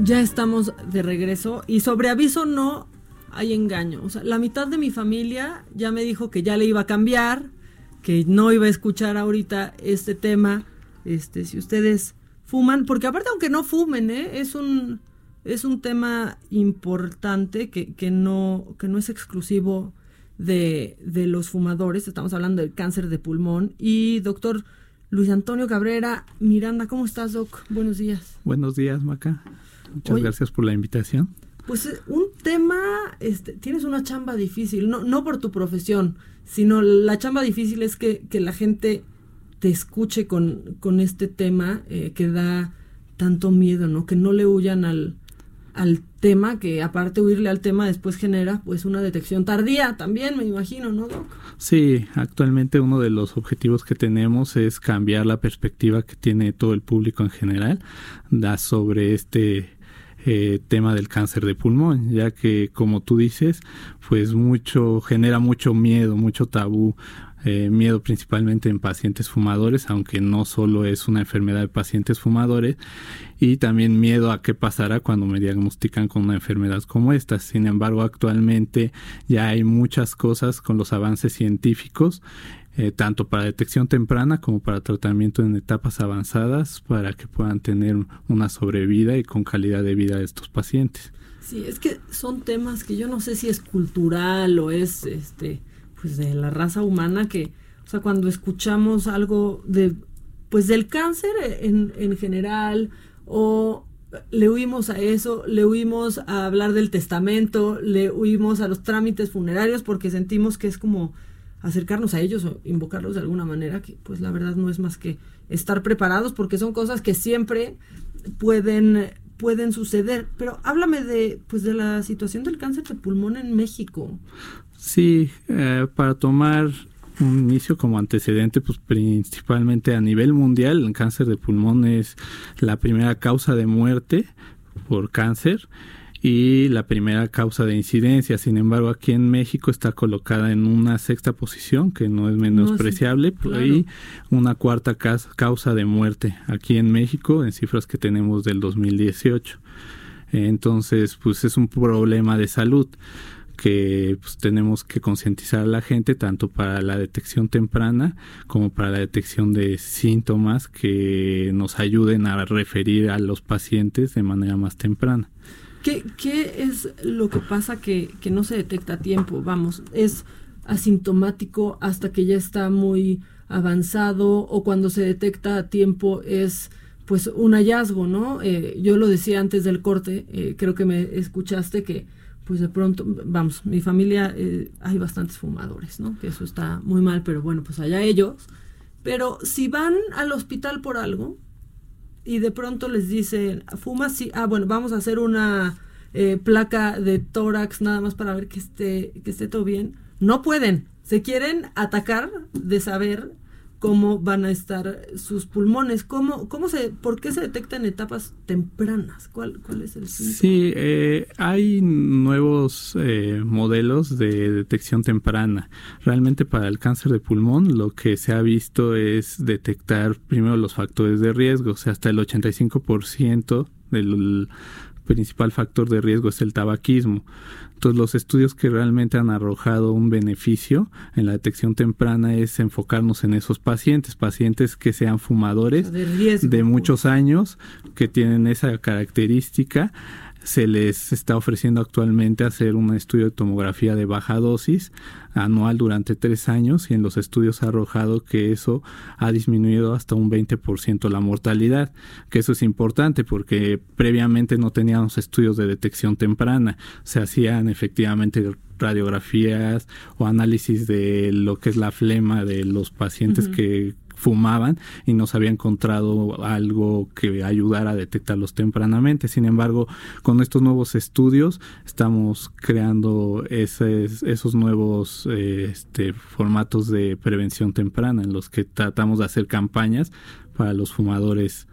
Ya estamos de regreso y sobre aviso no hay engaño. O sea, la mitad de mi familia ya me dijo que ya le iba a cambiar, que no iba a escuchar ahorita este tema. Si ustedes fuman, porque aparte aunque no fumen, es un tema importante que no es exclusivo de los fumadores. Estamos hablando del cáncer de pulmón. Y doctor Luis Antonio Cabrera Miranda, ¿cómo estás, doc? Buenos días. Buenos días, Maca. Muchas gracias por la invitación. Pues un tema, tienes una chamba difícil, no por tu profesión, sino la chamba difícil es que la gente te escuche con este tema que da tanto miedo, ¿no? Que no le huyan al tema, que aparte huirle al tema después genera pues una detección tardía también, me imagino, ¿no, doc? Sí, actualmente uno de los objetivos que tenemos es cambiar la perspectiva que tiene todo el público en general sobre este tema del cáncer de pulmón, ya que, como tú dices, pues genera mucho miedo, mucho tabú, miedo principalmente en pacientes fumadores, aunque no solo es una enfermedad de pacientes fumadores, y también miedo a qué pasará cuando me diagnostican con una enfermedad como esta. Sin embargo, actualmente ya hay muchas cosas con los avances científicos, tanto para detección temprana como para tratamiento en etapas avanzadas, para que puedan tener una sobrevida y con calidad de vida de estos pacientes. Sí, es que son temas que yo no sé si es cultural o es pues de la raza humana, que, o sea, cuando escuchamos algo del cáncer en general, o le huimos a eso, le huimos a hablar del testamento, le huimos a los trámites funerarios porque sentimos que es como acercarnos a ellos o invocarlos de alguna manera, que pues la verdad no es más que estar preparados, porque son cosas que siempre pueden suceder. Pero háblame de la situación del cáncer de pulmón en México. Sí, para tomar un inicio como antecedente, pues principalmente a nivel mundial, el cáncer de pulmón es la primera causa de muerte por cáncer y la primera causa de incidencia. Sin embargo, aquí en México está colocada en una sexta posición, que no es menospreciable, claro. Y una cuarta causa de muerte aquí en México, en cifras que tenemos del 2018. Entonces, pues es un problema de salud que pues tenemos que concientizar a la gente, tanto para la detección temprana como para la detección de síntomas que nos ayuden a referir a los pacientes de manera más temprana. ¿Qué es lo que pasa que no se detecta a tiempo? Vamos, ¿es asintomático hasta que ya está muy avanzado, o cuando se detecta a tiempo es pues un hallazgo, ¿no? Yo lo decía antes del corte, creo que me escuchaste, que pues de pronto, vamos, mi familia hay bastantes fumadores, ¿no? Que eso está muy mal, pero bueno, pues allá ellos. Pero si van al hospital por algo y de pronto les dicen, ¿fumas? Sí, bueno, vamos a hacer una placa de tórax nada más para ver que esté todo bien. No pueden, se quieren atacar de saber cómo van a estar sus pulmones. ¿Por qué se detecta en etapas tempranas? ¿Cuál es el síntoma? Sí, hay nuevos modelos de detección temprana. Realmente para el cáncer de pulmón lo que se ha visto es detectar primero los factores de riesgo. O sea, hasta el 85% del principal factor de riesgo es el tabaquismo. Entonces, los estudios que realmente han arrojado un beneficio en la detección temprana es enfocarnos en esos pacientes que sean fumadores, o sea, de riesgo, de muchos años, que tienen esa característica. Se les está ofreciendo actualmente hacer un estudio de tomografía de baja dosis anual durante 3 años, y en los estudios ha arrojado que eso ha disminuido hasta un 20% la mortalidad, que eso es importante porque previamente no teníamos estudios de detección temprana. Se hacían efectivamente radiografías o análisis de lo que es la flema de los pacientes que fumaban y no se había encontrado algo que ayudara a detectarlos tempranamente. Sin embargo, con estos nuevos estudios estamos creando esos nuevos formatos de prevención temprana, en los que tratamos de hacer campañas para los fumadores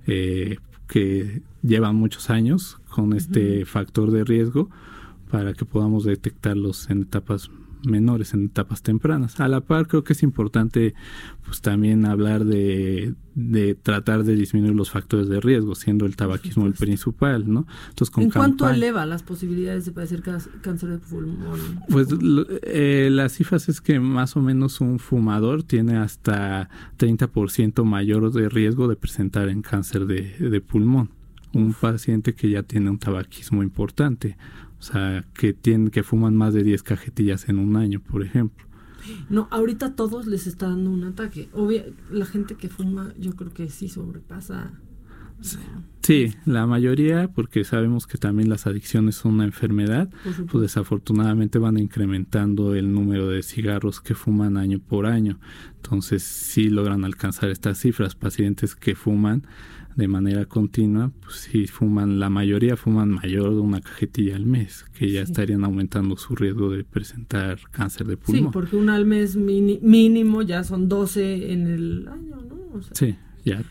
que llevan muchos años con este factor de riesgo, para que podamos detectarlos en etapas menores en etapas tempranas. A la par creo que es importante pues también hablar de tratar de disminuir los factores de riesgo, siendo el tabaquismo el principal, ¿no? Entonces, ¿en cuánto eleva las posibilidades de padecer cáncer de pulmón? Pues las cifras es que más o menos un fumador tiene hasta 30% mayor de riesgo de presentar en cáncer de pulmón. Un paciente que ya tiene un tabaquismo importante, o sea, que fuman más de 10 cajetillas en un año, por ejemplo. No, ahorita a todos les está dando un ataque. La gente que fuma, yo creo que sí sobrepasa. Sí, la mayoría, porque sabemos que también las adicciones son una enfermedad, pues desafortunadamente van incrementando el número de cigarros que fuman año por año. Entonces sí logran alcanzar estas cifras. Pacientes que fuman de manera continua, pues sí la mayoría fuman mayor de una cajetilla al mes, que ya estarían aumentando su riesgo de presentar cáncer de pulmón. Sí, porque una al mes mínimo ya son 12 en el año, ¿no? O sea, sí, ya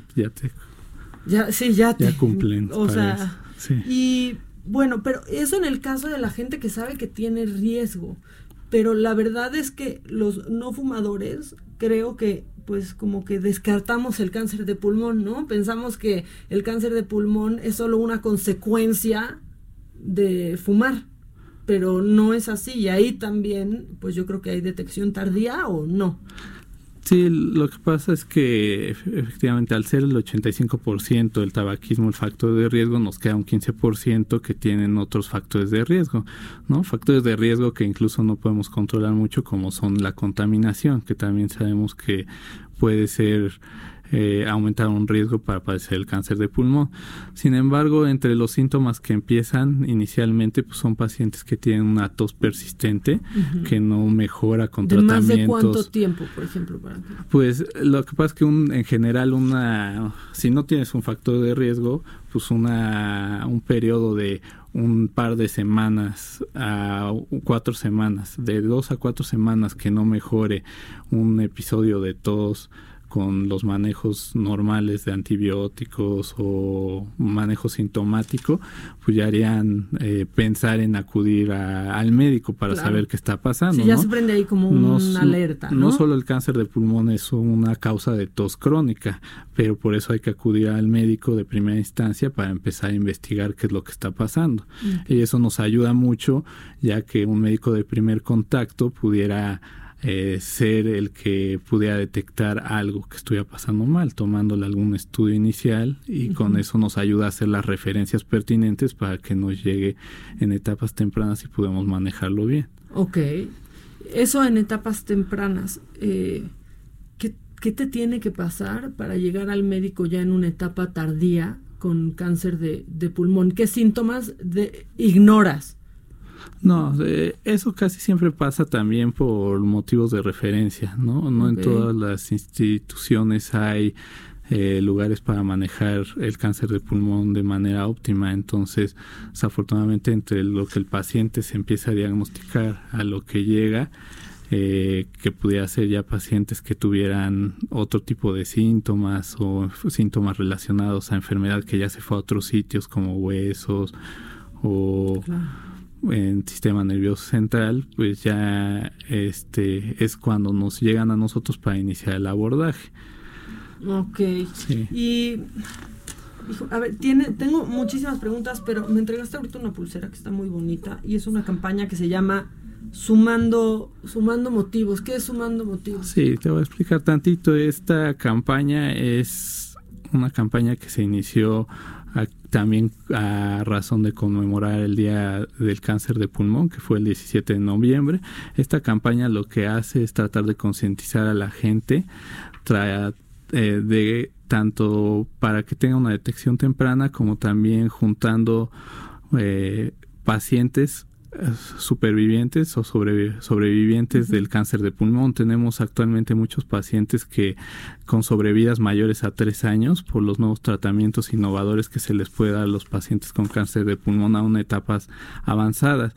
cumplen. O sea, sí. Y bueno, pero eso en el caso de la gente que sabe que tiene riesgo, pero la verdad es que los no fumadores, creo que pues como que descartamos el cáncer de pulmón, ¿no? Pensamos que el cáncer de pulmón es solo una consecuencia de fumar, pero no es así. Y ahí también, pues yo creo que hay detección tardía o no. Sí, lo que pasa es que efectivamente al ser el 85% del tabaquismo el factor de riesgo, nos queda un 15% que tienen otros factores de riesgo, ¿no? Factores de riesgo que incluso no podemos controlar mucho, como son la contaminación, que también sabemos que puede ser aumentar un riesgo para padecer el cáncer de pulmón. Sin embargo, entre los síntomas que empiezan inicialmente, pues son pacientes que tienen una tos persistente, que no mejora con tratamientos. ¿De más de cuánto tiempo, por ejemplo? Pues lo que pasa es que en general si no tienes un factor de riesgo, pues un periodo de un par de semanas a 4 semanas, de 2 a 4 semanas que no mejore un episodio de tos con los manejos normales de antibióticos o manejo sintomático, pues ya harían pensar en acudir al médico para saber qué está pasando. Sí, ya se prende ahí como una alerta, ¿no? No solo el cáncer de pulmón es una causa de tos crónica, pero por eso hay que acudir al médico de primera instancia para empezar a investigar qué es lo que está pasando. Y eso nos ayuda mucho, ya que un médico de primer contacto pudiera ser el que pudiera detectar algo que estuviera pasando mal, tomándole algún estudio inicial, y con eso nos ayuda a hacer las referencias pertinentes para que nos llegue en etapas tempranas y podamos manejarlo bien. Ok, eso en etapas tempranas, ¿qué te tiene que pasar para llegar al médico ya en una etapa tardía con cáncer de pulmón? ¿Qué síntomas ignoras? No, eso casi siempre pasa también por motivos de referencia, ¿no? No en todas las instituciones hay lugares para manejar el cáncer de pulmón de manera óptima. Entonces, desafortunadamente, entre lo que el paciente se empieza a diagnosticar a lo que llega, que pudiera ser ya pacientes que tuvieran otro tipo de síntomas o síntomas relacionados a enfermedad que ya se fue a otros sitios como huesos o en sistema nervioso central, pues ya es cuando nos llegan a nosotros para iniciar el abordaje. Ok. Sí. Y a ver, tengo muchísimas preguntas, pero me entregaste ahorita una pulsera que está muy bonita y es una campaña que se llama Sumando Motivos. ¿Qué es Sumando Motivos? Sí, te voy a explicar tantito. Esta campaña es una campaña que se inició también a razón de conmemorar el Día del Cáncer de Pulmón, que fue el 17 de noviembre. Esta campaña lo que hace es tratar de concientizar a la gente de tanto para que tenga una detección temprana, como también juntando pacientes supervivientes o sobrevivientes del cáncer de pulmón. Tenemos actualmente muchos pacientes que con sobrevidas mayores a 3 años por los nuevos tratamientos innovadores que se les puede dar a los pacientes con cáncer de pulmón aún en etapas avanzadas.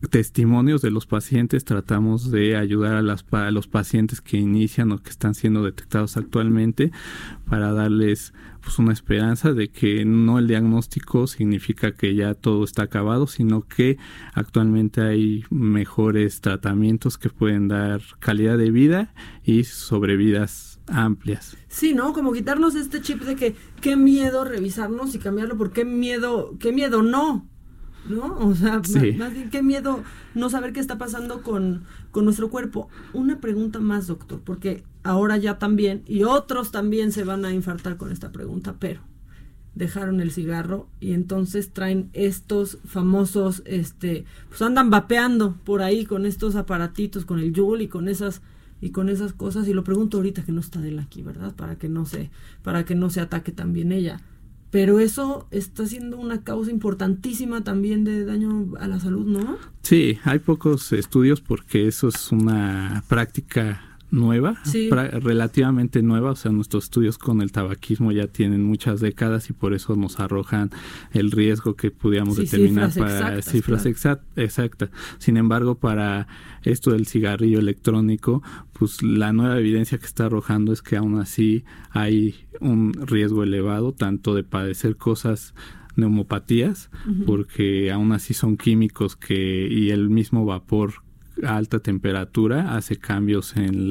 testimonios de los pacientes, tratamos de ayudar a los pacientes que inician o que están siendo detectados actualmente para darles pues una esperanza de que no el diagnóstico significa que ya todo está acabado, sino que actualmente hay mejores tratamientos que pueden dar calidad de vida y sobrevidas amplias. Sí, ¿no? Como quitarnos este chip de que qué miedo revisarnos y cambiarlo por qué miedo no. ¿No? O sea, sí. Más bien qué miedo no saber qué está pasando con nuestro cuerpo. Una pregunta más, doctor, porque ahora ya también, y otros también se van a infartar con esta pregunta, pero dejaron el cigarro y entonces traen estos famosos, pues andan vapeando por ahí con estos aparatitos, con el Juul y con esas cosas, y lo pregunto ahorita que no está Adela aquí, ¿verdad? Para que no se ataque también ella. Pero eso está siendo una causa importantísima también de daño a la salud, ¿no? Sí, hay pocos estudios porque eso es una práctica nueva, sí. Relativamente nueva, o sea, nuestros estudios con el tabaquismo ya tienen muchas décadas y por eso nos arrojan el riesgo que pudiéramos determinar para cifras exactas. Sin embargo, para esto del cigarrillo electrónico, pues la nueva evidencia que está arrojando es que aún así hay un riesgo elevado, tanto de padecer cosas neumopatías, porque aún así son químicos y el mismo vapor a alta temperatura hace cambios en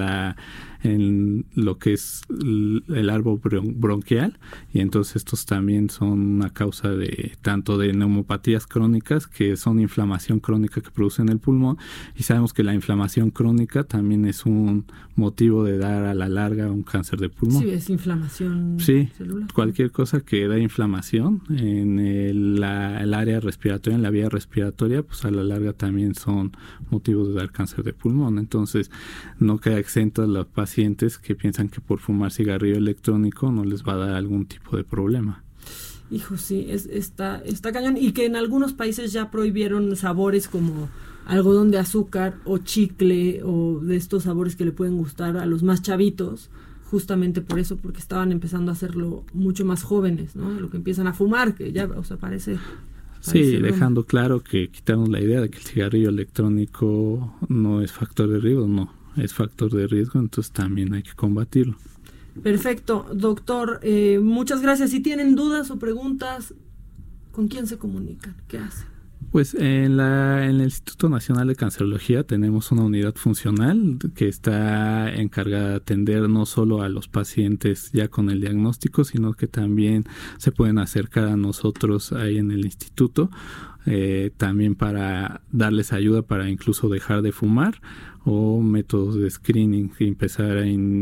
lo que es el árbol bronquial, y entonces estos también son una causa de tanto de neumopatías crónicas, que son inflamación crónica que produce en el pulmón, y sabemos que la inflamación crónica también es un motivo de dar a la larga un cáncer de pulmón. Sí, es inflamación celular. Cualquier cosa que da inflamación en el área respiratoria, en la vía respiratoria, pues a la larga también son motivos de dar cáncer de pulmón. Entonces no queda exento a los pacientes que piensan que por fumar cigarrillo electrónico no les va a dar algún tipo de problema. Hijo, sí, está cañón. Y que en algunos países ya prohibieron sabores como algodón de azúcar o chicle, o de estos sabores que le pueden gustar a los más chavitos, justamente por eso, porque estaban empezando a hacerlo mucho más jóvenes, ¿no? Lo que empiezan a fumar, que ya, o sea, parece sí, dejando claro que quitamos la idea de que el cigarrillo electrónico no es factor de riesgo, no, es factor de riesgo, entonces también hay que combatirlo. Perfecto, doctor, muchas gracias. Si tienen dudas o preguntas, ¿con quién se comunican? ¿Qué hacen? Pues en el Instituto Nacional de Cancerología tenemos una unidad funcional que está encargada de atender no solo a los pacientes ya con el diagnóstico, sino que también se pueden acercar a nosotros ahí en el instituto, también para darles ayuda para incluso dejar de fumar, o métodos de screening y empezar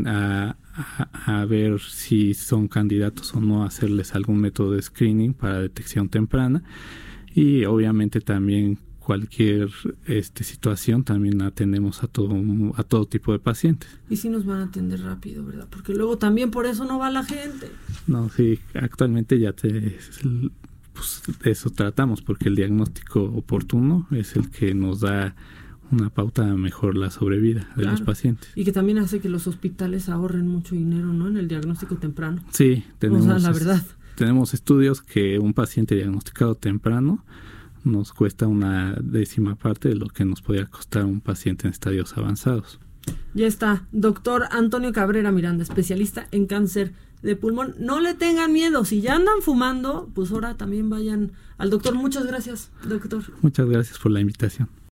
a ver si son candidatos o no a hacerles algún método de screening para detección temprana. Y obviamente también cualquier situación también atendemos a todo tipo de pacientes. Y sí nos van a atender rápido, ¿verdad? Porque luego también por eso no va la gente. No, sí, actualmente ya pues eso tratamos, porque el diagnóstico oportuno es el que nos da una pauta mejor la sobrevida de los pacientes. Y que también hace que los hospitales ahorren mucho dinero, ¿no? En el diagnóstico temprano. Sí, tenemos. O sea, la verdad. Tenemos estudios que un paciente diagnosticado temprano nos cuesta 1/10 parte de lo que nos podría costar un paciente en estadios avanzados. Ya está, doctor Antonio Cabrera Miranda, especialista en cáncer de pulmón. No le tengan miedo, si ya andan fumando, pues ahora también vayan al doctor. Muchas gracias, doctor. Muchas gracias por la invitación.